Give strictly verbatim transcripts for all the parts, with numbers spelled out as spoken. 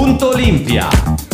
Punto Olimpia.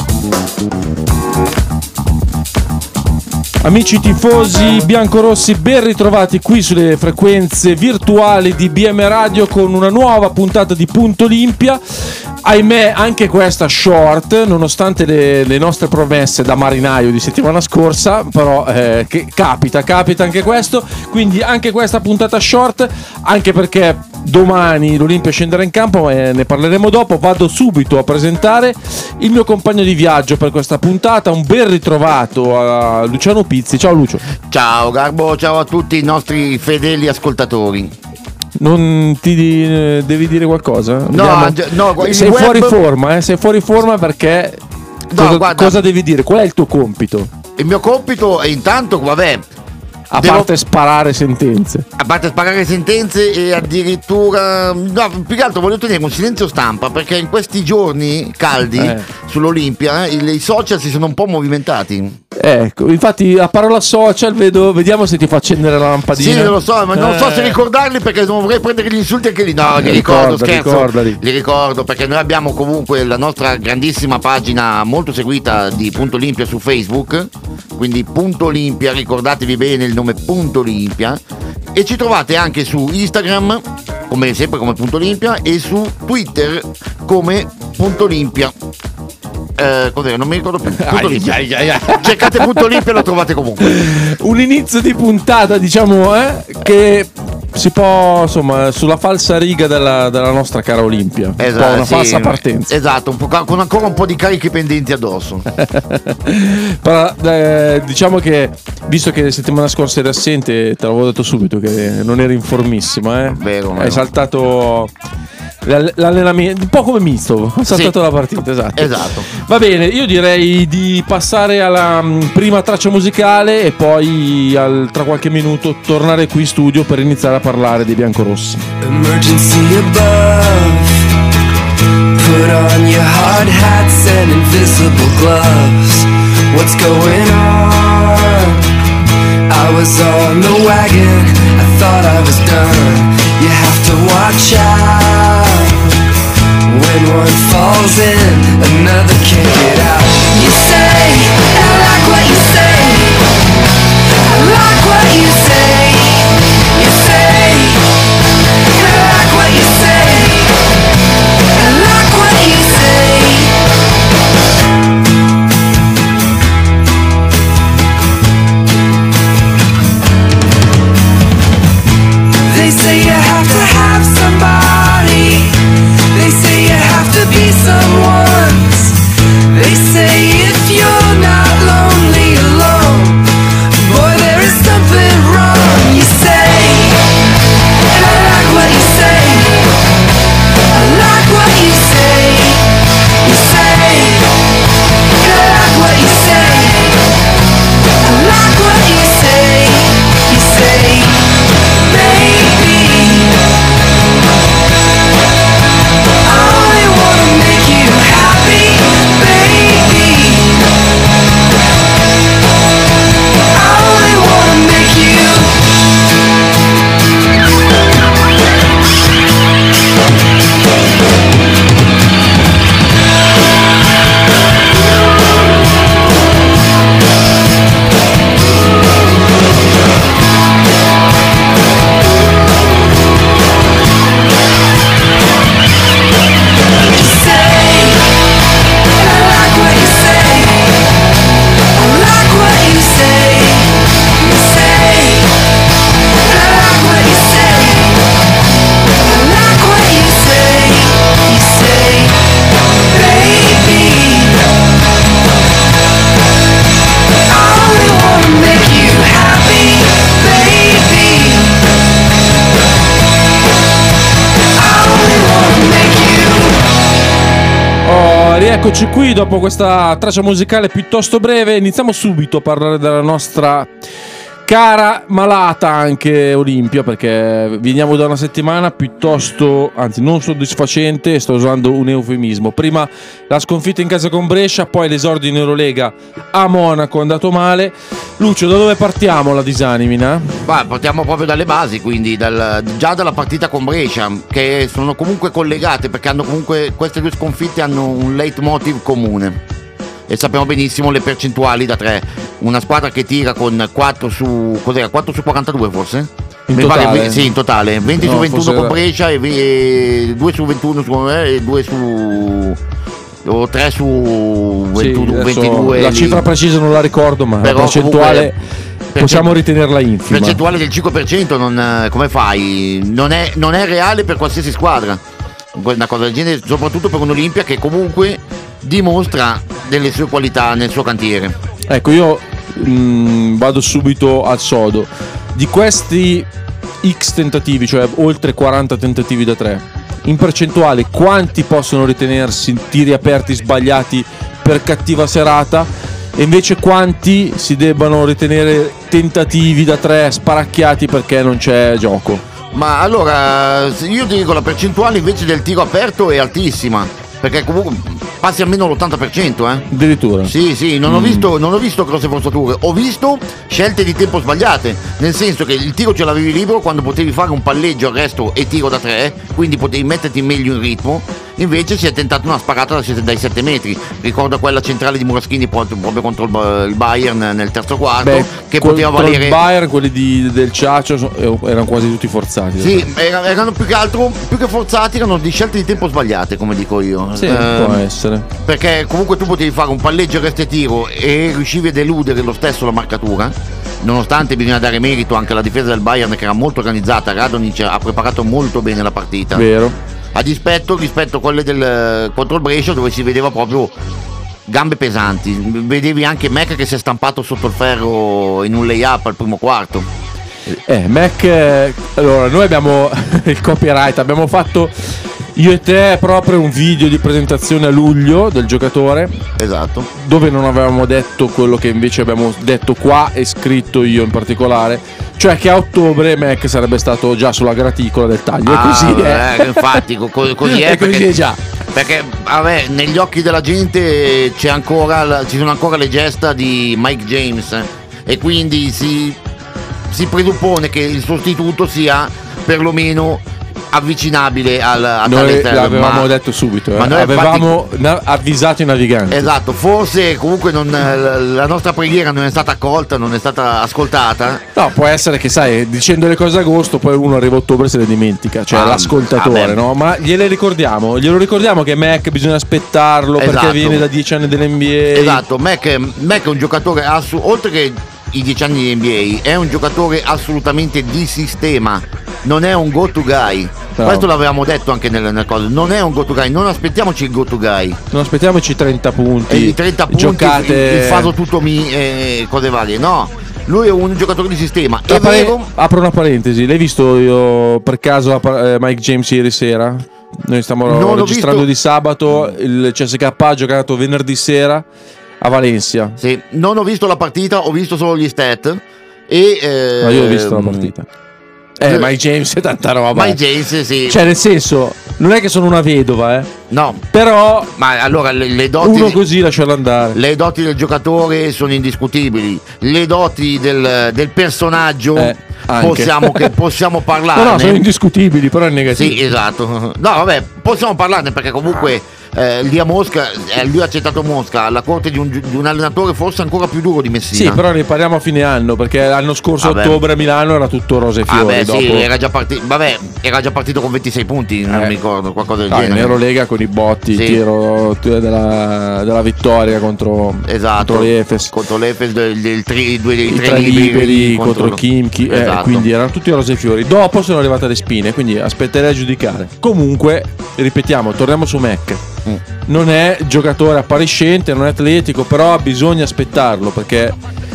Amici tifosi biancorossi, ben ritrovati qui sulle frequenze virtuali di B M Radio con una nuova puntata di Punto Olimpia. Ahimè, anche questa short, nonostante le, le nostre promesse da marinaio di settimana scorsa, però eh, che capita, capita anche questo. Quindi anche questa puntata short, anche perché domani l'Olimpia scenderà in campo, ma ne parleremo dopo. Vado subito a presentare il mio compagno di viaggio per questa puntata, un ben ritrovato a Luciano Pizzi. Ciao Lucio. Ciao Garbo, ciao a tutti i nostri fedeli ascoltatori. Non ti di, devi dire qualcosa? No, no, sei web... fuori forma, eh? Sei fuori forma perché no, cosa, guarda, cosa devi dire? Qual è il tuo compito? Il mio compito è intanto, vabbè, a devo... parte sparare sentenze. A parte sparare sentenze e addirittura no, più che altro voglio tenere un silenzio stampa perché in questi giorni caldi eh. sull'Olimpia eh, i social si sono un po' movimentati. Ecco, infatti a parola social vedo, vediamo se ti fa accendere la lampadina. Sì, lo so, ma non eh. so se ricordarli perché non vorrei prendere gli insulti anche lì. No, li ricordo, scherzo. Ricordali. Li ricordo perché noi abbiamo comunque la nostra grandissima pagina molto seguita di Punto Olimpia su Facebook. Quindi Punto Olimpia, ricordatevi bene il nome Punto Olimpia. E ci trovate anche su Instagram, come sempre come Punto Olimpia, e su Twitter come Punto Olimpia. Eh, cos'era? Non mi ricordo più. Punto Olimpia. Ai, ai, ai. Cercate Punto Olimpia e lo trovate comunque. Un inizio di puntata, diciamo, eh, che si può, insomma, sulla falsa riga della, della nostra cara Olimpia. Esatto, un una sì, falsa partenza. Esatto, un po', con ancora un po' di carichi pendenti addosso. Però, eh, diciamo che, visto che la settimana scorsa eri assente, te l'avevo detto subito che non eri in formissima, eh. Vero, vero. Hai saltato l'allenamento, un po' come misto, ho saltato sì, la partita, esatto. Esatto. Va bene, io direi di passare alla um, prima traccia musicale e poi al, tra qualche minuto tornare qui in studio per iniziare a parlare dei biancorossi. Emergency above. Put on your hard hats and invisible gloves. What's going on? I was on the wagon, I thought I was done. You have to watch out. When one falls in, another can't get out. You say, I like what you say. I like what you say. You say, I like what you say. I like what you say. They say you have to have somebody. They say you have to be someone's. They say if you're not lonely alone, boy, there is something wrong. You say, and I like what you say. I like what you say. You say, and I like what you say. I like what you say. You say, baby, I only wanna make you happy, baby. I only wanna make you. Rieccoci qui dopo questa traccia musicale piuttosto breve. Iniziamo subito a parlare della nostra Cara malata anche Olimpia, perché veniamo da una settimana piuttosto, anzi non soddisfacente, sto usando un eufemismo. Prima la sconfitta in casa con Brescia, poi l'esordio in Eurolega a Monaco è andato male. Lucio, da dove partiamo la disanimina? Beh, partiamo proprio dalle basi, quindi dal, già dalla partita con Brescia, che sono comunque collegate, perché hanno comunque queste due sconfitte hanno un leitmotiv comune. E sappiamo benissimo le percentuali da tre. Una squadra che tira con quattro su cos'era? quattro su quarantadue forse? In Mi totale? Pare, sì, in totale. venti No, su ventuno forse con era... Brescia e, e due su ventuno su me e due su o tre su ventuno, sì, ventidue. La lì. cifra precisa non la ricordo, ma Però la percentuale comunque, possiamo ritenerla infima. Percentuale del cinque per cento non, come fai? Non è, non è reale per qualsiasi squadra. Una cosa del genere, soprattutto per un Olimpia che comunque dimostra delle sue qualità nel suo cantiere. Ecco, io mh, vado subito al sodo. Di questi X tentativi, cioè oltre quaranta tentativi da tre, in percentuale quanti possono ritenersi tiri aperti sbagliati per cattiva serata, e invece quanti si debbano ritenere tentativi da tre sparacchiati perché non c'è gioco? Ma allora, io ti dico, la percentuale invece del tiro aperto è altissima, perché comunque passi almeno l'ottanta per cento, eh? Addirittura? Sì, sì, non ho, mm. visto, non ho visto grosse forzature, ho visto scelte di tempo sbagliate, nel senso che il tiro ce l'avevi libero quando potevi fare un palleggio, arresto e tiro da tre, quindi potevi metterti meglio in ritmo. Invece si è tentato una sparata dai sette metri. Ricordo quella centrale di Muraschini proprio contro il Bayern nel terzo quarto. Beh, che poteva valere. Il Bayern, quelli di, del Ciaccio erano quasi tutti forzati. Sì, erano più che altro, più che forzati, erano di scelte di tempo sbagliate, come dico io. Sì, eh, può essere. Perché comunque tu potevi fare un palleggio, arresto e tiro e riuscivi ad eludere lo stesso la marcatura. Nonostante bisogna dare merito anche alla difesa del Bayern, che era molto organizzata. Radonjic ha preparato molto bene la partita. Vero. A dispetto rispetto a quelle del contro il Brescia, dove si vedeva proprio gambe pesanti, vedevi anche Mac che si è stampato sotto il ferro in un lay-up al primo quarto. Eh, Mac, eh, allora noi abbiamo il copyright, abbiamo fatto io e te proprio un video di presentazione a luglio del giocatore. Esatto. Dove non avevamo detto quello che invece abbiamo detto qua e scritto io in particolare, cioè che a ottobre Mac sarebbe stato già sulla graticola del taglio. Ah, e così è. è. Infatti, co- così è. E così perché, è già. Perché vabbè, negli occhi della gente c'è ancora, ci sono ancora le gesta di Mike James, e quindi si, si presuppone che il sostituto sia perlomeno avvicinabile al, a noi tale l'avevamo ma, detto subito, eh. ma noi avevamo infatti, na- avvisato i naviganti. Esatto, forse comunque non, la nostra preghiera non è stata accolta, non è stata ascoltata. No, può essere che, sai, dicendo le cose a agosto poi uno arriva a ottobre e se le dimentica, cioè ah, l'ascoltatore, ah, no? Ma gliele ricordiamo, glielo ricordiamo che Mac bisogna aspettarlo, esatto, perché viene da dieci anni dell'N B A. Esatto, Mac, Mac è un giocatore assu- oltre che i dieci anni di N B A, è un giocatore assolutamente di sistema, non è un go to guy. No. Questo l'avevamo detto anche nelle, nelle cose, non è un go to guy, non aspettiamoci il go to guy, non aspettiamoci trenta punti, e i trenta punti, giocate... il, il faso tutto mi e cose varie, no, lui è un giocatore di sistema. È pare- vero... apro una parentesi, l'hai visto io per caso eh, Mike James ieri sera? Noi stiamo non registrando di sabato, il C S K ha giocato venerdì sera a Valencia. Sì, non ho visto la partita, ho visto solo gli stat e eh, ma io ho visto la partita. Eh, Mike James è tanta roba. Mike James, sì. Cioè, nel senso, non è che sono una vedova, eh. No. Però, ma allora le, le doti. Uno così lasciarlo andare. Le doti del giocatore sono indiscutibili. Le doti del, del personaggio. Eh, possiamo, che possiamo parlarne. No, no, sono indiscutibili, però è negativo. Sì, esatto. No, vabbè, possiamo parlarne perché comunque. Eh, lì a Mosca, eh, lui ha accettato Mosca alla corte di un, di un allenatore forse ancora più duro di Messina. Sì, però ne parliamo a fine anno, perché l'anno scorso a ottobre a Milano era tutto rose e fiori. Vabbè, dopo... sì, era già partito. Vabbè, era già partito con ventisei punti, non eh. mi ricordo, qualcosa del ah, genere. In Eurolega con i botti, sì. tiro della, della vittoria contro, esatto, contro l'Efes. Contro l'Efes del, del tri, due dei I tre, tre liberi, liberi contro il Khimki, esatto. eh, quindi erano tutti rose e fiori. Dopo sono arrivate le spine, quindi aspetterei a giudicare. Comunque, ripetiamo, torniamo su Mac. Mm. Non è giocatore appariscente, non è atletico, però bisogna aspettarlo perché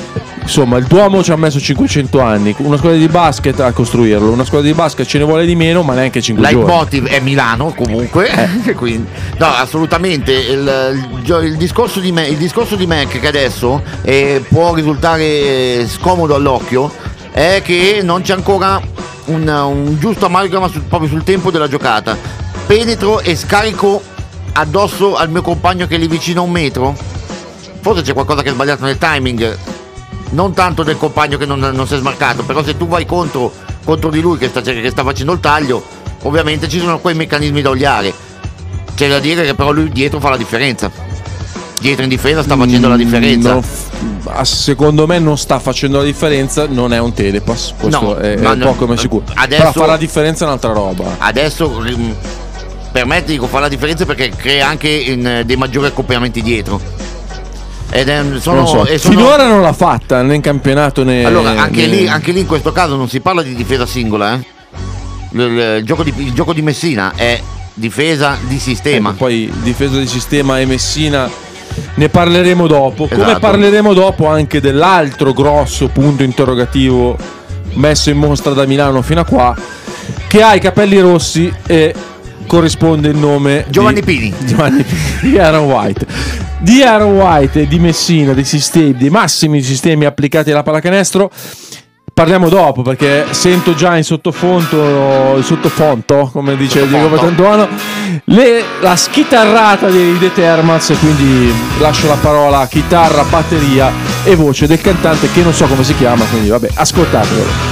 insomma il Duomo ci ha messo cinquecento anni, una squadra di basket a costruirlo, una squadra di basket ce ne vuole di meno, ma neanche cinque giorni. Leitmotiv è Milano comunque, eh. Quindi, no, assolutamente il, il, il discorso di me, il discorso di Mac che adesso eh, può risultare scomodo all'occhio è che non c'è ancora un, un giusto amalgama sul, proprio sul tempo della giocata. Penetro e scarico addosso al mio compagno che è lì vicino a un metro. Forse c'è qualcosa che è sbagliato nel timing, non tanto del compagno che non, non si è smarcato, però se tu vai contro, contro di lui che sta, che sta facendo il taglio, ovviamente ci sono quei meccanismi da oliare. C'è da dire che però lui dietro fa la differenza, dietro in difesa sta facendo mm, la differenza. No, secondo me non sta facendo la differenza, non è un telepass, questo no, è, è poco ma sicuro. Adesso, però fa la differenza è un'altra roba. Adesso per me ti dico fa la differenza perché crea anche in, dei maggiori accoppiamenti dietro. Ed è, sono, non so. e sono... Finora non l'ha fatta né in campionato né. Allora anche, né... Lì, anche lì in questo caso non si parla di difesa singola, eh? il, il, il, gioco di, il gioco di Messina è difesa di sistema. Ecco, poi difesa di sistema e Messina ne parleremo dopo. Esatto. Come parleremo dopo anche dell'altro grosso punto interrogativo messo in mostra da Milano fino a qua, che ha i capelli rossi e corrisponde il nome Giovanni di, Pini Giovanni Pini di Aaron White di Aaron White e di Messina, dei sistemi, dei massimi sistemi applicati alla pallacanestro. Parliamo dopo perché sento già in sottofondo, il sottofonto, come dice Diego Patantuano, le, la schitarrata dei The Thermals, e quindi lascio la parola chitarra, batteria e voce del cantante che non so come si chiama, quindi vabbè, ascoltatelo.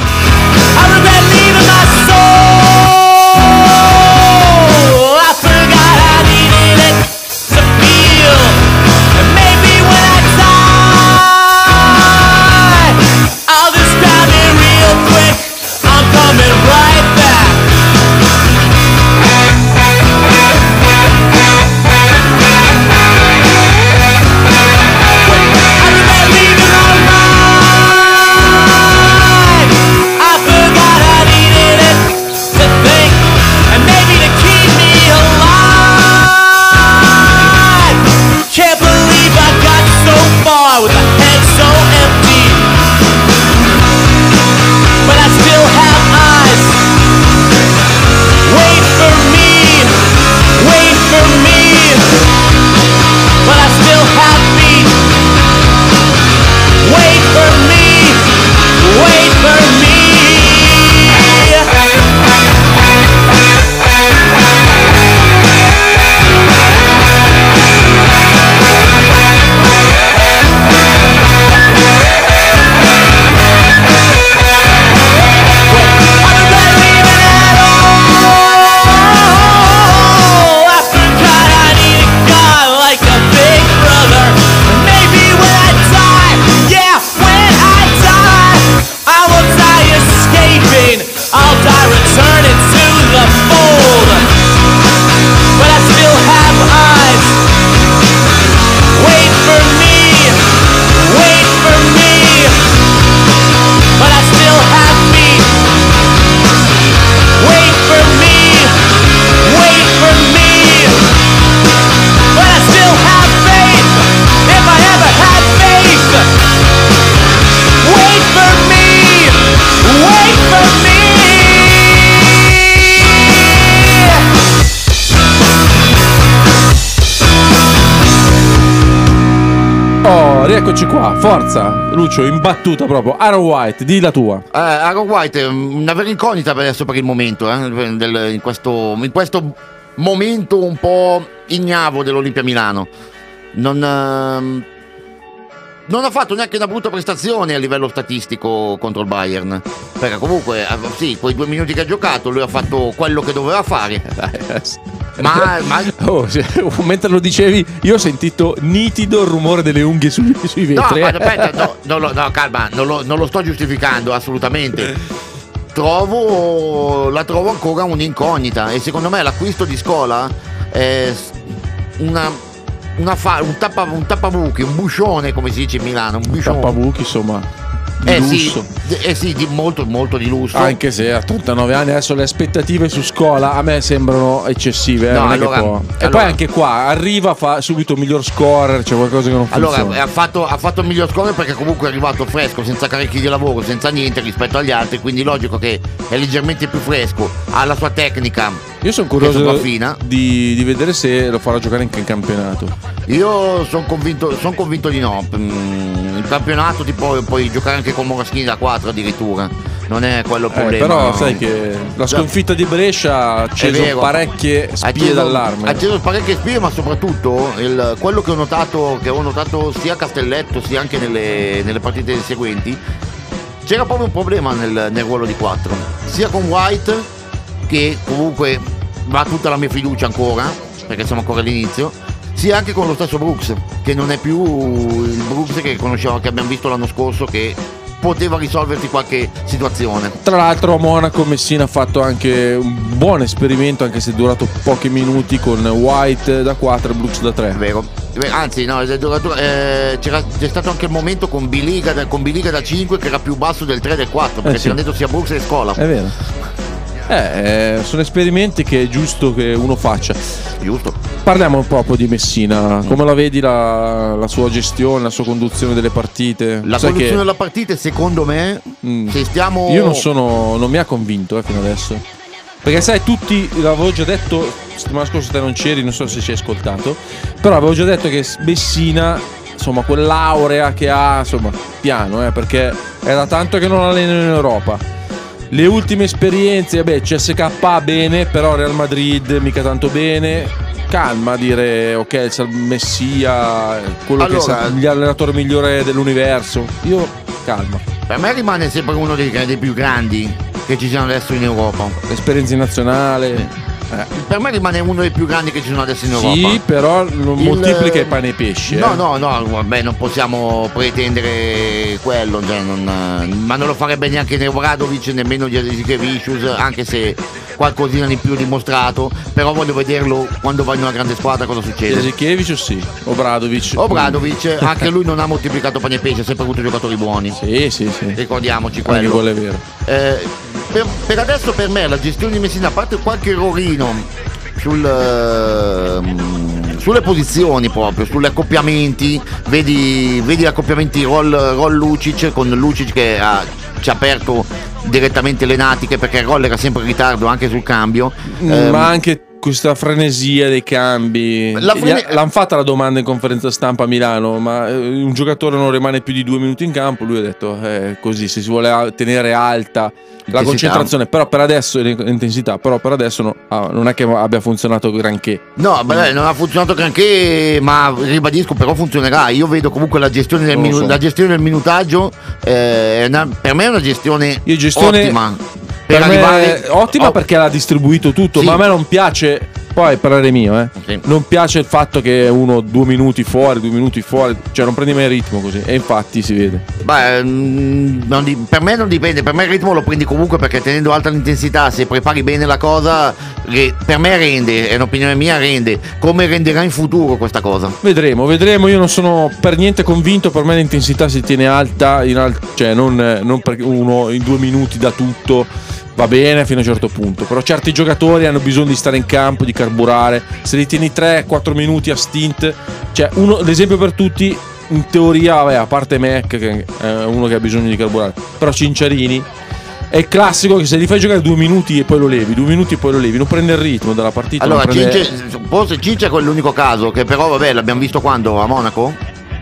Eccoci qua, forza Lucio, in battuta proprio. Aaron White, di la tua. eh, Aaron White è una vera incognita per adesso per il momento, eh, del, in, questo, in questo momento un po' ignavo dell'Olimpia Milano. Non, eh, non ha fatto neanche una brutta prestazione a livello statistico contro il Bayern, perché comunque sì, quei due minuti che ha giocato lui ha fatto quello che doveva fare. Ma, ma... Oh, mentre lo dicevi io ho sentito nitido il rumore delle unghie sui, sui vetri. No, ma aspetta, no, no, no, no, calma, non lo, non lo sto giustificando assolutamente. Trovo, la trovo ancora un'incognita e secondo me l'acquisto di Scola è una, una fa, un, tappa, un tappabuchi, un buscione come si dice in Milano, un buscione. Tappabuchi, insomma. di eh lusso. Sì, eh sì, di molto, molto di lusso. Anche se a trentanove anni adesso le aspettative su Scola a me sembrano eccessive. Eh, no, non allora, è che può. E allora, poi anche qua arriva, fa subito miglior scorer, c'è qualcosa che non funziona. Allora, ha fatto, ha fatto il miglior scorer perché comunque è arrivato fresco, senza carichi di lavoro, senza niente rispetto agli altri, quindi logico che è leggermente più fresco, ha la sua tecnica. Io sono curioso di, di vedere se lo farà giocare anche in campionato. Io sono convinto, son convinto di no. In campionato ti puoi, puoi giocare anche con Moraschini da quattro addirittura. Non è quello il problema. Eh, però no. sai che la sconfitta di Brescia ha acceso parecchie spie acceso, d'allarme. Ha acceso parecchie spie, ma soprattutto il, quello che ho notato, che ho notato sia a Castelletto sia anche nelle, nelle partite seguenti, c'era proprio un problema nel, nel ruolo di quattro. Sia con White, che comunque va tutta la mia fiducia ancora, perché siamo ancora all'inizio, sia anche con lo stesso Brooks, che non è più il Brooks che conosciamo, che abbiamo visto l'anno scorso, che poteva risolverti qualche situazione. Tra l'altro a Monaco Messina ha fatto anche un buon esperimento, anche se è durato pochi minuti, con White da quattro e Brooks da tre. Vero. Anzi no, è durato, eh, c'era, c'è stato anche il momento con Biliga da, con Biliga da cinque che era più basso del tre e del quattro, perché eh sì. ci hanno detto sia Brooks che Scola. È vero. Eh, sono esperimenti che è giusto che uno faccia. Giusto. Parliamo un po' di Messina. Come la vedi la, la sua gestione, la sua conduzione delle partite? La Sai conduzione che... della partita, secondo me, mm. se stiamo. Io non sono. non mi ha convinto eh, fino adesso. Perché sai, tutti, l'avevo già detto settimana scorsa, te non c'eri, non so se ci hai ascoltato. Però avevo già detto che Messina, insomma, quell'aurea che ha, insomma, piano, eh, perché è da tanto che non allena in Europa. Le ultime esperienze, vabbè, C S K A bene, però Real Madrid mica tanto bene. Calma a dire, ok, il Messia, quello allora, che sa, l'allenatore migliore dell'universo. Io, calma. Per me rimane sempre uno dei, dei più grandi che ci siano adesso in Europa. L'esperienza in nazionale. Sì. Eh. Per me rimane uno dei più grandi che ci sono adesso in Europa. Sì, però non il... moltiplica i pane e i pesci. No, eh. no, no, vabbè, non possiamo pretendere quello, cioè non, ma non lo farebbe neanche Nebradovic, nemmeno Jasikevicius, anche se qualcosina di più dimostrato, però voglio vederlo quando va in una grande squadra cosa succede. Jasikevicius sì, Obradovic. Obradovic, anche lui non ha moltiplicato pane e pesce, ha sempre avuto giocatori buoni. Sì, sì, sì. Ricordiamoci quello. Anche quello è vero. Eh, Per, per adesso per me la gestione di Messina, a parte qualche errorino sul, uh, sulle posizioni proprio, sugli accoppiamenti, vedi, vedi gli accoppiamenti Roll, Roll Lucic, con Lucic che ha, ci ha aperto direttamente le natiche, perché il Roll era sempre in ritardo anche sul cambio. Mm, um, ma anche questa frenesia dei cambi. La frene... L'hanno fatta la domanda in conferenza stampa a Milano, ma un giocatore non rimane più di due minuti in campo. Lui ha detto eh, così, se si vuole tenere alta la concentrazione, però per adesso l'intensità, però per adesso no, ah, non è che abbia funzionato granché. No, beh, non ha funzionato granché, ma ribadisco, però funzionerà. Io vedo comunque la gestione del, minu- so. la gestione del minutaggio, eh, una, per me è una gestione, Io gestione ottima. Per, per arrivare... ottima oh. perché l'ha distribuito tutto, sì. Ma a me non piace. Poi parere mio, eh. Okay. Non piace il fatto che uno due minuti fuori, due minuti fuori, cioè non prendi mai il ritmo così. E infatti si vede. Beh, non di, per me non dipende, per me il ritmo lo prendi comunque, perché tenendo alta l'intensità, se prepari bene la cosa, per me rende, è un'opinione mia, rende. Come renderà in futuro questa cosa? Vedremo, vedremo. Io non sono per niente convinto. Per me l'intensità si tiene alta, in al- cioè non, non perché uno in due minuti da tutto. Va bene fino a un certo punto, però certi giocatori hanno bisogno di stare in campo, di carburare. Se li tieni tre quattro minuti a stint, cioè uno, l'esempio per tutti, in teoria, vabbè, a parte Mac che è uno che ha bisogno di carburare, però Cinciarini è il classico che se li fai giocare due minuti e poi lo levi, due minuti e poi lo levi, non prende il ritmo della partita. Allora prende... Cince, forse Cince è quell'unico caso che però vabbè l'abbiamo visto quando a Monaco.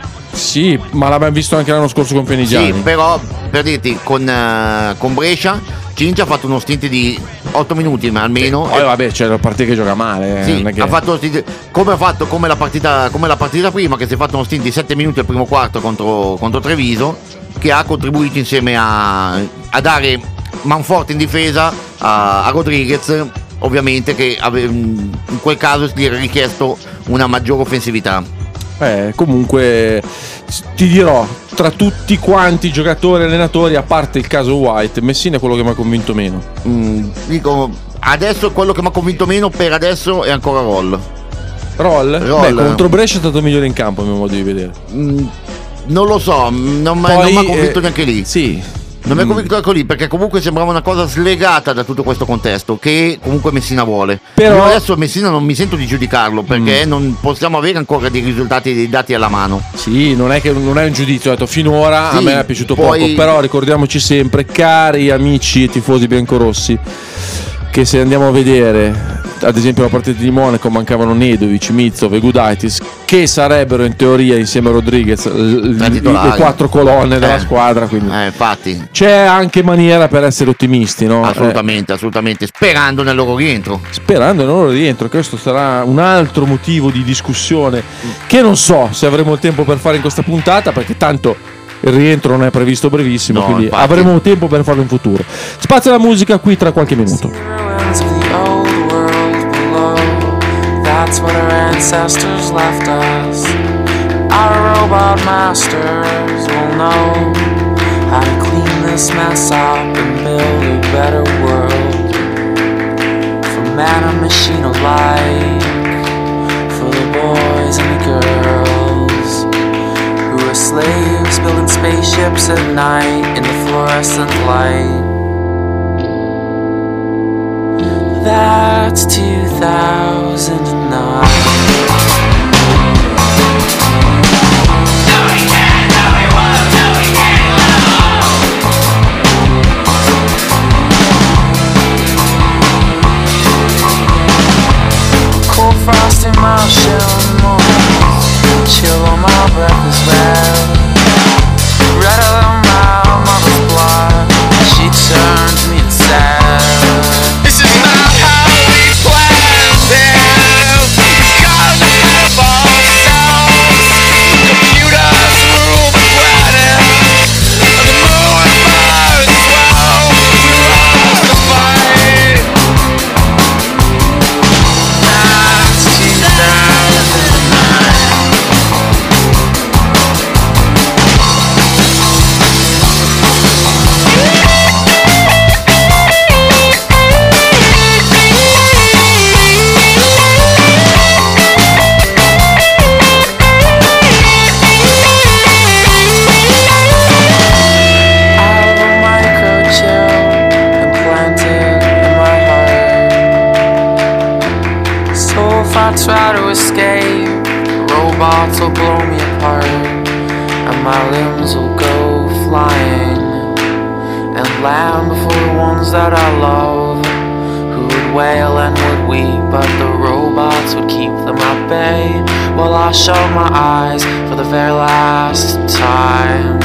Sì, ma l'abbiamo visto anche l'anno scorso con Pianigiani. Sì, però per dirti con, uh, con Brescia Cinci ha fatto uno stint di otto minuti ma almeno. Poi vabbè, c'è la partita che gioca male. Sì, che... ha fatto stint, come ha fatto come la partita come la partita prima, che si è fatto uno stint di sette minuti al primo quarto contro, contro Treviso, che ha contribuito insieme a, a dare manforte in difesa a, a Rodriguez, ovviamente, che ave, in quel caso gli era richiesto una maggiore offensività. Eh, comunque ti dirò, tra tutti quanti i giocatori e allenatori, a parte il caso White, Messina è quello che mi ha convinto meno. Mm, dico, adesso quello che mi ha convinto meno per adesso è ancora Roll. Roll? Roll. Beh, contro Brescia è stato migliore in campo, a mio modo di vedere. Mm, Non lo so, non mi ha convinto eh, neanche lì. Sì. Non mi ha convinto neanche lì, perché comunque sembrava una cosa slegata da tutto questo contesto che comunque Messina vuole. Però io adesso Messina non mi sento di giudicarlo, perché mm. non possiamo avere ancora dei risultati, dei dati alla mano. Sì, non è che non è un giudizio, ho detto finora sì, a me è piaciuto poi... poco, però ricordiamoci sempre, cari amici e tifosi biancorossi, che se andiamo a vedere ad esempio la partita di Monaco mancavano Nedovic, Mizov e Gudaitis, che sarebbero in teoria insieme a Rodriguez l- le quattro colonne della eh, squadra, quindi eh, infatti c'è anche maniera per essere ottimisti, no? Assolutamente, eh. assolutamente, sperando nel loro rientro. Sperando nel loro rientro, questo sarà un altro motivo di discussione che non so se avremo il tempo per fare in questa puntata, perché tanto il rientro non è previsto brevissimo, no, quindi infatti avremo tempo per farlo in futuro. Spazio alla musica qui tra qualche minuto. That's what our ancestors left us. Our robot masters will know how to clean this mess up and build a better world. For man and machine alike, for the boys and the girls who are slaves building spaceships at night in the fluorescent light. That's two thousand nine. Cold frost in my shell mornings, chill on my breath as well. Redder than my mother's blood, she turned to me and said, this is not how we planned it. We've got to help ourselves. Computers rule the planet. The moon burns well. We lost the fight. That's two thousand nine. I try to escape, robots will blow me apart, and my limbs will go flying and land before the ones that I love, who would wail and would weep, but the robots would keep them at bay, while I shut my eyes for the very last time.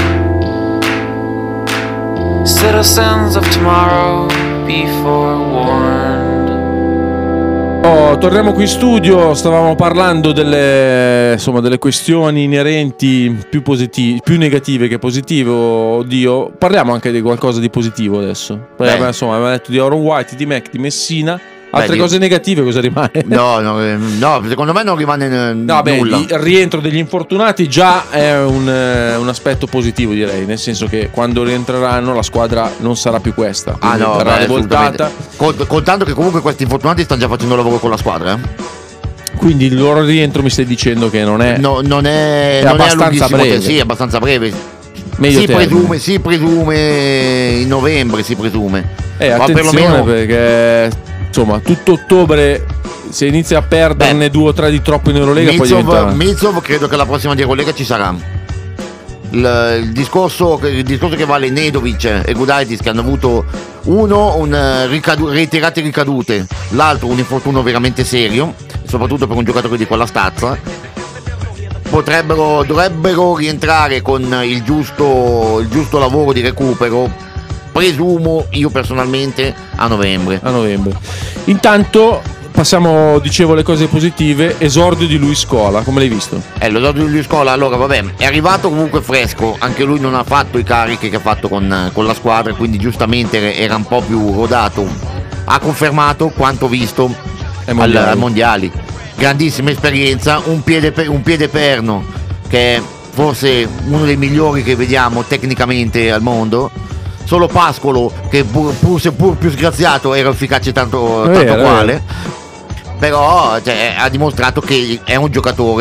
Citizens of tomorrow, be forewarned. Oh, torniamo qui in studio, stavamo parlando delle, insomma, delle questioni inerenti più positive, più negative che positive. Oddio, parliamo anche di qualcosa di positivo adesso. Beh, insomma, abbiamo detto di Aaron White, di Mac, di Messina. Altre Beh, cose negative cosa rimane? No, no, no, secondo me non rimane n- no, beh, nulla. Il rientro degli infortunati già è un, un aspetto positivo, direi, nel senso che quando rientreranno la squadra non sarà più questa, ah no, verrà rivoltata. Cont- contando che comunque questi infortunati stanno già facendo lavoro con la squadra, eh? Quindi il loro rientro mi stai dicendo che non è no, non è, è non abbastanza è breve. Sì, è abbastanza breve. Meglio si presume, si presume in novembre, si presume. Eh, attenzione perlomeno... perché insomma, tutto ottobre, se inizia a perderne Beh, due o tre di troppo in Eurolega, Mizov, poi diventa... Mizov credo che la prossima di Eurolega ci sarà. Il, il, discorso, il discorso che vale Nedovic e Gudaitis, che hanno avuto uno un ricadu- reiterate ricadute, l'altro un infortunio veramente serio, soprattutto per un giocatore di quella stazza, potrebbero, dovrebbero rientrare con il giusto, il giusto lavoro di recupero. Presumo io personalmente a novembre. A novembre. Intanto passiamo, dicevo, le cose positive. Esordio di Luis Scola, come l'hai visto? Eh, l'esordio di Luis Scola, allora vabbè, è arrivato comunque fresco. Anche lui non ha fatto i carichi che ha fatto con, con la squadra, quindi giustamente era un po' più rodato. Ha confermato quanto visto ai mondiali. Al, mondiali. Grandissima esperienza, un piede, un piede perno che è forse uno dei migliori che vediamo tecnicamente al mondo. Solo Pascolo, che pur, pur seppur più sgraziato, era efficace tanto, tanto vero, quale. Però cioè, ha dimostrato che è un giocatore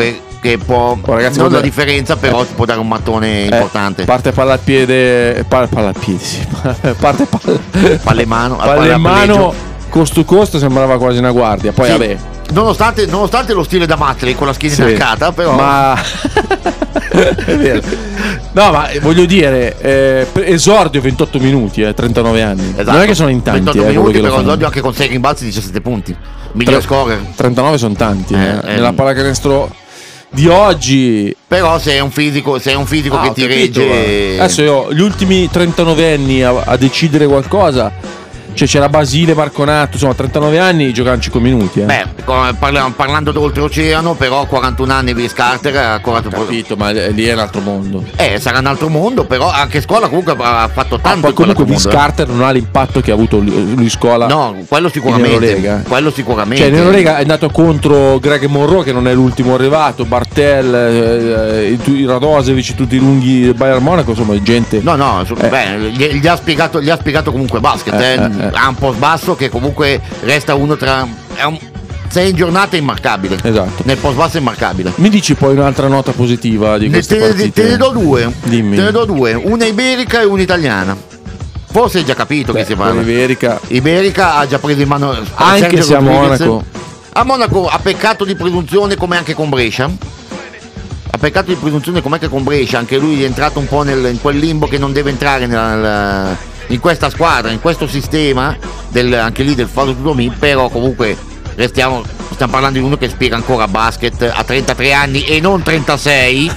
che può Oh, ragazzi, non la guarda- differenza, però eh. ti può dare un mattone Eh, importante. parte palla al piede, palla, palla al piede, sì. parte palla, Palle in mano, palla palle in a mano, pleggio. costo costo sembrava quasi una guardia. Poi Sì, vabbè, nonostante, nonostante lo stile da Matley con la schiena sì. inarcata, però Ma è vero. No, ma voglio dire, eh, per- esordio ventotto minuti, eh, trentanove anni. Esatto. Non è che sono in tanti, ventotto eh, quello minuti, che lo però fanno. esordio anche con sei rimbalzi, diciassette punti. Miglior Tre- scorer. trentanove sono tanti, eh. Eh, eh. Nella pallacanestro di oggi. Però se è un fisico, se è un fisico Ah, che ho ti capito, regge. eh. Adesso io gli ultimi trentanove anni a, a decidere qualcosa. Cioè c'era Basile, Marconato, insomma trentanove anni giocavano cinque minuti, eh. Beh, co- parla- parlando d'oltreoceano, però quarantuno anni Vince Carter ha ancora Capito, ma lì è un altro mondo. Eh, sarà un altro mondo, però anche Scola comunque ha fatto Ah, tanto. poi in comunque quell'altro Vince mondo, eh. Carter non ha l'impatto che ha avuto lui lui Scola. No, quello sicuramente. in Eurolega. Quello sicuramente. Cioè in Eurolega è andato contro Greg Monroe che non è l'ultimo arrivato, Bartel, eh, i, tu- i Radosevic, tutti i lunghi del Bayern Monaco, insomma gente. No, no, su- Eh. beh, gli, gli ha spiegato, gli ha spiegato comunque basket, Eh, eh, eh, eh. ha un po' sbasso che comunque resta uno tra. È un, sei in giornata è immarcabile. Esatto. Nel post basso è immarcabile. Mi dici poi un'altra nota positiva di Ne- queste te, ne- partite? te ne do due. Dimmi. Te ne do due, una iberica e una italiana. Forse hai già capito Beh, che si parla. con Iberica. Iberica ha già preso in mano Anche Sergio se a Rodriguez. Monaco. A Monaco ha peccato di presunzione come anche con Brescia. Ha peccato di presunzione come anche con Brescia. Anche lui è entrato un po' nel- in quel limbo che non deve entrare nella- nella- in questa squadra, in questo sistema del, anche lì del fallo tutto me, però comunque restiamo, stiamo parlando di uno che spiega ancora basket a trentatré anni e non trentasei.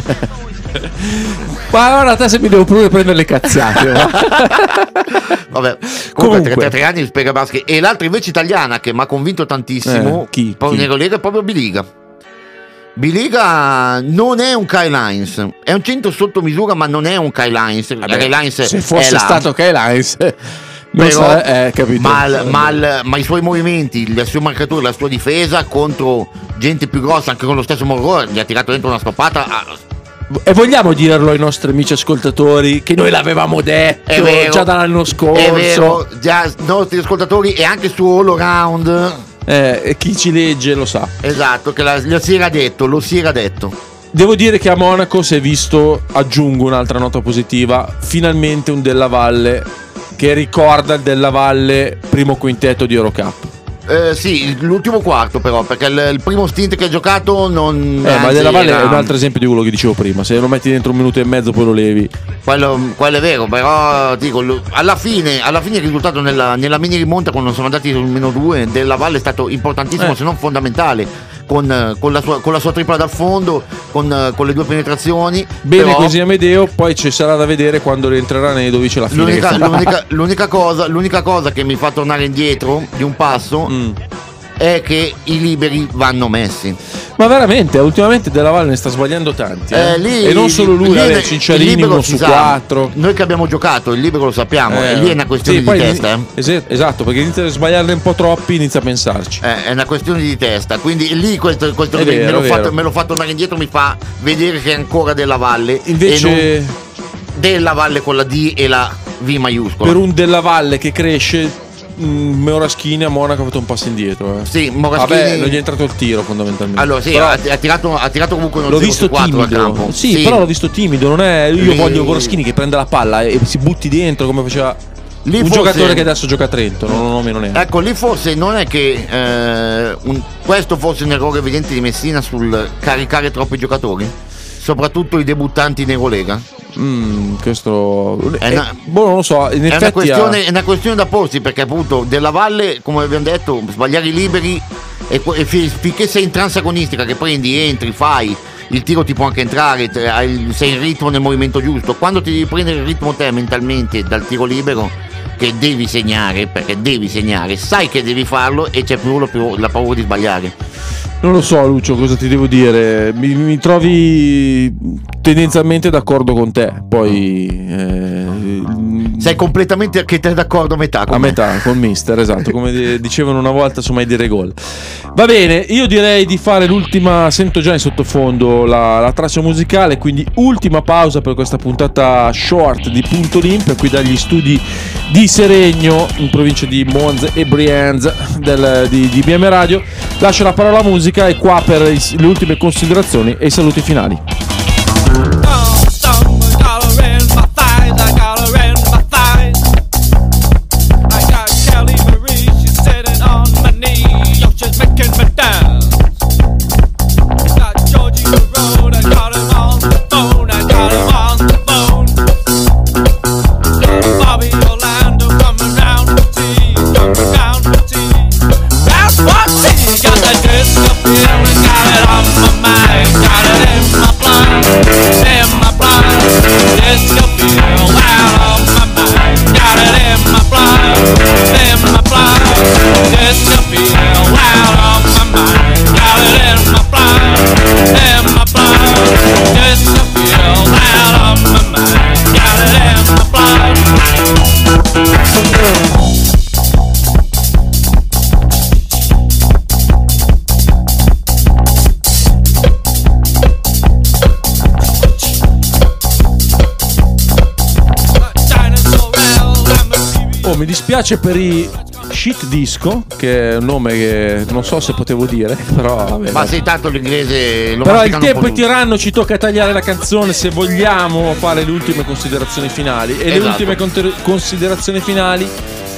Ma allora te se mi devo pure prendere le cazzate. va? Vabbè, comunque, Comunque. a trentatré anni spiega basket. E l'altra invece italiana che mi ha convinto tantissimo, Eh, chi? proprio Chi? in Eurolega, è proprio Biliga. Biliga non è un Kyle Hines, è un centro sotto misura, ma non è un Kyle Hines. Vabbè, Kyle Hines se è fosse là. stato Kyle Hines, non Però, sa- eh, capito. ma, il- ma il- ma i suoi movimenti, le sue marcature, la sua difesa contro gente più grossa, anche con lo stesso Morro, gli ha tirato dentro una stoppata. ah, E vogliamo dirlo ai nostri amici ascoltatori che noi l'avevamo detto È vero, già dall'anno scorso. È vero, già i nostri ascoltatori e anche su All Around. Eh, e chi ci legge lo sa. Esatto, che la- lo si era detto, lo si era detto. Devo dire che a Monaco si è visto, aggiungo un'altra nota positiva, finalmente un Della Valle che ricorda il Della Valle primo quintetto di Eurocup. Eh, sì, l'ultimo quarto però, perché il, il primo stint che ha giocato non... Eh, ma anzi, Della Valle era- è un altro esempio di quello che dicevo prima. Se lo metti dentro un minuto e mezzo poi lo levi. Quello, quello è vero, però dico, lo- alla fine, alla fine il risultato nella, nella mini rimonta, quando siamo andati sul meno due, Della Valle è stato importantissimo, Eh. se non fondamentale. Con, eh, con la sua, con la sua tripla dal fondo, con, eh, con le due penetrazioni. Bene però così Amedeo, poi ci sarà da vedere quando rientrerà Nedovic alla fine. l'unica, che fa. l'unica, l'unica cosa, l'unica cosa che mi fa tornare indietro di un passo Mm. è che i liberi vanno messi. Ma veramente, ultimamente Della Valle ne sta sbagliando tanti. eh. Eh, lì- e non solo lui, lì vabbè, il Cinciarini libero uno si su sa. quattro. Noi che abbiamo giocato, il libero lo sappiamo, Eh, e lì è una questione sì, di poi testa. ini- eh. es- Esatto, perché inizia a sbagliarne un po' troppi, inizia a pensarci. Eh, è una questione di testa, quindi lì questo, questo È me, vero, lo è fatto, vero. me lo fa tornare indietro, mi fa vedere che è ancora Della Valle Invece, e non Della Valle con la D e la V maiuscola. per un Della Valle che cresce, mm, Moraschini a Monaco ha fatto un passo indietro. Eh. Sì, Moraschini. Vabbè, non gli è entrato il tiro fondamentalmente. Allora sì, Però ha, ha tirato, ha tirato comunque uno l'ho zero visto su quattro al timido. campo. Sì, però l'ho visto timido. Non è, io Lì- voglio Moraschini che prende la palla e si butti dentro come faceva Lì un forse- giocatore che adesso gioca a Trento. Non, non, non è. Ecco, lì forse non è che eh, un- questo fosse un errore evidente di Messina sul caricare troppi giocatori, soprattutto i debuttanti in Eurolega. Mm, questo È eh, una- boh, non lo so. In È effetti una, questione, ha- è una questione da porsi, perché appunto Della Valle, come abbiamo detto, sbagliare i liberi e, que- e fi- finché sei in transagonistica, che prendi, entri, fai il tiro, ti può anche entrare, te- hai il- sei in ritmo nel movimento giusto. Quando ti devi prendere il ritmo te mentalmente dal tiro libero, che devi segnare, perché devi segnare, sai che devi farlo e c'è più, più la paura di sbagliare. Non lo so, Lucio, cosa ti devo dire? Mi, mi trovi tendenzialmente d'accordo con te. Poi eh, sei completamente che te d'accordo a metà con a me. metà con Mister, esatto, come dicevano una volta su Mai Dire Gol. Va bene, io direi di fare l'ultima, sento già in sottofondo la, la traccia musicale, quindi ultima pausa per questa puntata short di Punto Olimpia qui dagli studi di Seregno in provincia di Monza e Brienza del, di, di B M Radio. Lascio la parola alla musica e qua per i, le ultime considerazioni e i saluti finali. Mi dispiace per i Shit Disco, che è un nome che non so se potevo dire, però vabbè, ma sei tanto l'inglese lo però il tempo è tiranno, ci tocca tagliare la canzone se vogliamo fare le ultime considerazioni finali. E esatto. Le ultime con- considerazioni finali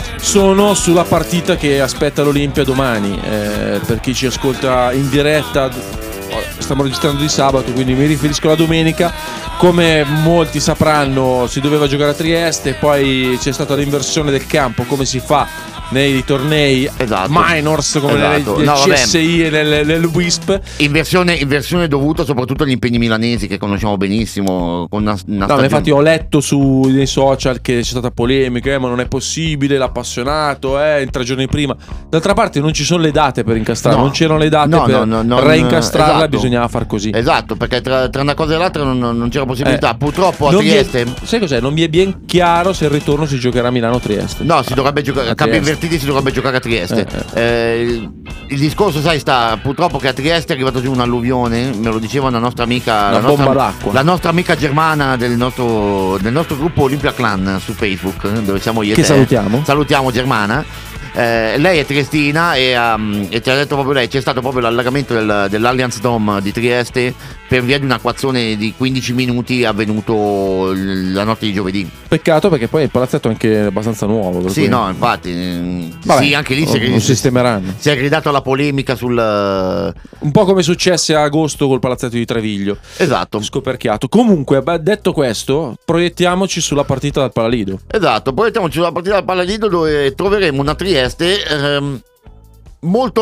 sono sulla partita che aspetta l'Olimpia domani. Eh, per chi ci ascolta in diretta, stiamo registrando di sabato, quindi mi riferisco alla domenica. Come molti sapranno, si doveva giocare a Trieste, poi c'è stata l'inversione del campo, come si fa nei tornei esatto. minors come esatto. nel, nel no, C S I e nel, nel W I S P. Inversione, inversione dovuta soprattutto agli impegni milanesi che conosciamo benissimo. Con una, una no, stagione... infatti ho letto su nei social che c'è stata polemica, eh, ma non è possibile, l'appassionato, eh, in tre giorni prima. D'altra parte non ci sono le date per incastrare, no. non c'erano le date no, per no, no, reincastrarla, esatto. bisognava far così. Esatto, perché tra, tra una cosa e l'altra non, non c'era possibilità. Eh, Purtroppo a non Trieste. È, sai cos'è? Non mi è ben chiaro se il ritorno si giocherà a Milano-Trieste. No, si dovrebbe giocare a campi invertiti, si dovrebbe giocare a Trieste. Eh, eh. Eh, il, il discorso, sai, sta purtroppo che a Trieste è arrivato giù un'alluvione. Me lo diceva una nostra amica, una la bomba nostra, d'acqua. La nostra amica germana del nostro, del nostro gruppo Olimpia Clan su Facebook, dove siamo io e che te. salutiamo. Salutiamo Germana. Eh, lei è triestina e, um, e ti ha detto proprio lei, c'è stato proprio l'allagamento del, dell'Allianz Dome di Trieste per via di un'acquazzone di quindici minuti avvenuto la notte di giovedì. Peccato, perché poi il palazzetto è anche abbastanza nuovo. Per sì, cui... no, infatti. Vabbè, sì, anche lì si è, lo sistemeranno. Si è gridato alla polemica sul. Un po' come successe a agosto col palazzetto di Treviglio. Esatto. Scoperchiato. Comunque, detto questo, proiettiamoci sulla partita del Palalido. Esatto, proiettiamoci sulla partita del Palalido, dove troveremo una Trieste ehm, molto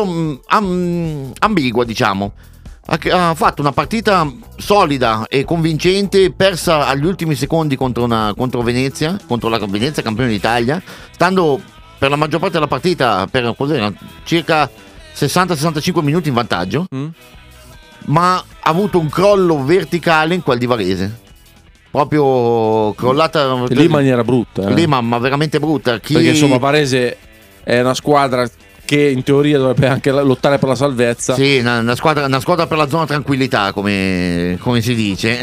am, ambigua, diciamo. Ha, ha fatto una partita solida e convincente, persa agli ultimi secondi contro, una, contro Venezia, contro la Venezia campione d'Italia, stando per la maggior parte della partita per cos'era, circa sessanta sessantacinque minuti in vantaggio, mm. ma ha avuto un crollo verticale in quel di Varese. Proprio crollata lì in maniera brutta, eh. lì, ma, ma veramente brutta. Chi... Perché insomma Varese è una squadra che in teoria dovrebbe anche lottare per la salvezza. Sì, una, una, squadra, una squadra per la zona tranquillità, come, come si dice,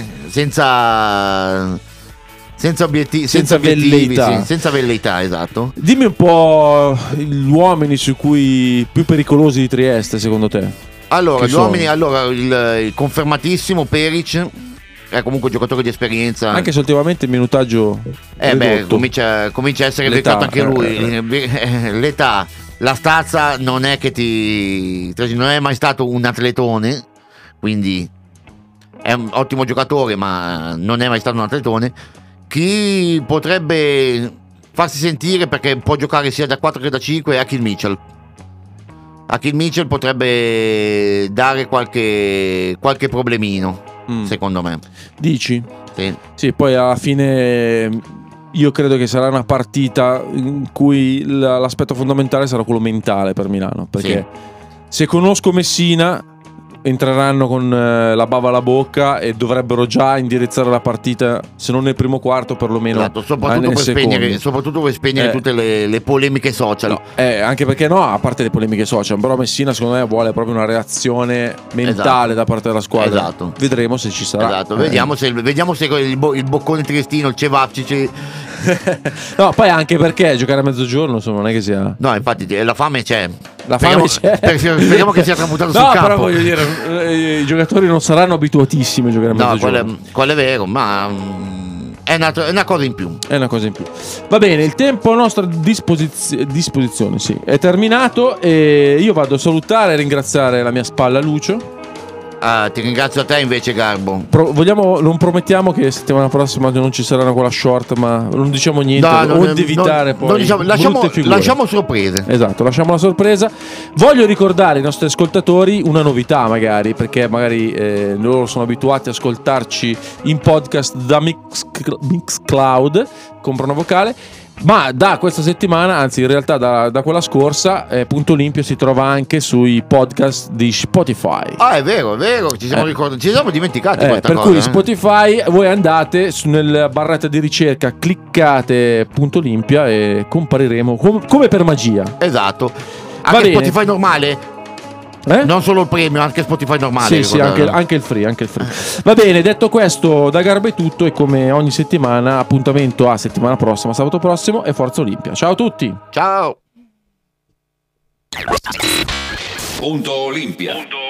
senza senza, obiettivi, senza, senza obiettivi, velleità. Sì, senza velleità, esatto. Dimmi un po' gli uomini su cui più pericolosi di Trieste, secondo te? Allora, gli uomini, allora il, il confermatissimo Peric, è comunque un giocatore di esperienza. Anche se ultimamente il minutaggio eh beh, comincia, comincia a essere l'età, beccato anche lui. Eh, eh. L'età, la stazza non è che ti non è mai stato un atletone, quindi è un ottimo giocatore, ma non è mai stato un atletone. Chi potrebbe farsi sentire, perché può giocare sia da quattro che da cinque, è Akil Mitchell. Akil Mitchell potrebbe dare qualche qualche problemino, mm. secondo me. Dici? Sì. Sì, poi alla fine io credo che sarà una partita in cui l'aspetto fondamentale sarà quello mentale per Milano, perché sì. se conosco Messina entreranno con eh, la bava alla bocca e dovrebbero già indirizzare la partita, se non nel primo quarto perlomeno esatto, soprattutto, per spegnere, soprattutto per spegnere eh, tutte le, le polemiche social. No, eh, anche perché no, a parte le polemiche social, però Messina secondo me vuole proprio una reazione mentale esatto. da parte della squadra. Esatto. Vedremo se ci sarà. Esatto. Eh. Vediamo se, vediamo se il, bo- il boccone triestino, il Cevapcici. No, poi anche perché giocare a mezzogiorno insomma non è che sia. No, infatti la fame c'è. La fame speriamo, c'è. Speriamo che sia tramutato no, sul campo. però voglio dire, eh, i giocatori non saranno abituatissimi a giocare a mezzogiorno. No, quello è, quello è vero, ma è una, è una cosa in più. È una cosa in più. Va bene, il tempo a nostra disposiz- disposizione sì, è terminato e io vado a salutare e ringraziare la mia spalla Lucio. Ah, ti ringrazio a te invece, Garbo. Pro- vogliamo, non promettiamo che settimana prossima non ci saranno quella short, ma non diciamo niente. No, non, o di evitare non, poi non diciamo, lasciamo, figure. lasciamo sorprese. Esatto, lasciamo la sorpresa. Voglio ricordare ai nostri ascoltatori una novità, magari, perché magari eh, loro sono abituati ad ascoltarci in podcast da Mix, Mixcloud, comprano vocale. Ma da questa settimana, anzi in realtà da, da quella scorsa, eh, Punto Olimpio si trova anche sui podcast di Spotify. Ah, è vero, è vero, ci siamo, eh. ricord- ci siamo dimenticati eh, questa per cosa, cui eh. Spotify, voi andate su, nella barretta di ricerca, cliccate Punto Olimpia e compariremo com- come per magia. Esatto. Anche Spotify normale? Eh? Non solo il premio, anche Spotify normale. Sì, sì, anche, anche il free, anche il free. Va bene, detto questo, da Garbo è tutto e come ogni settimana, appuntamento a settimana prossima, sabato prossimo e Forza Olimpia. Ciao a tutti. Ciao. Punto Olimpia.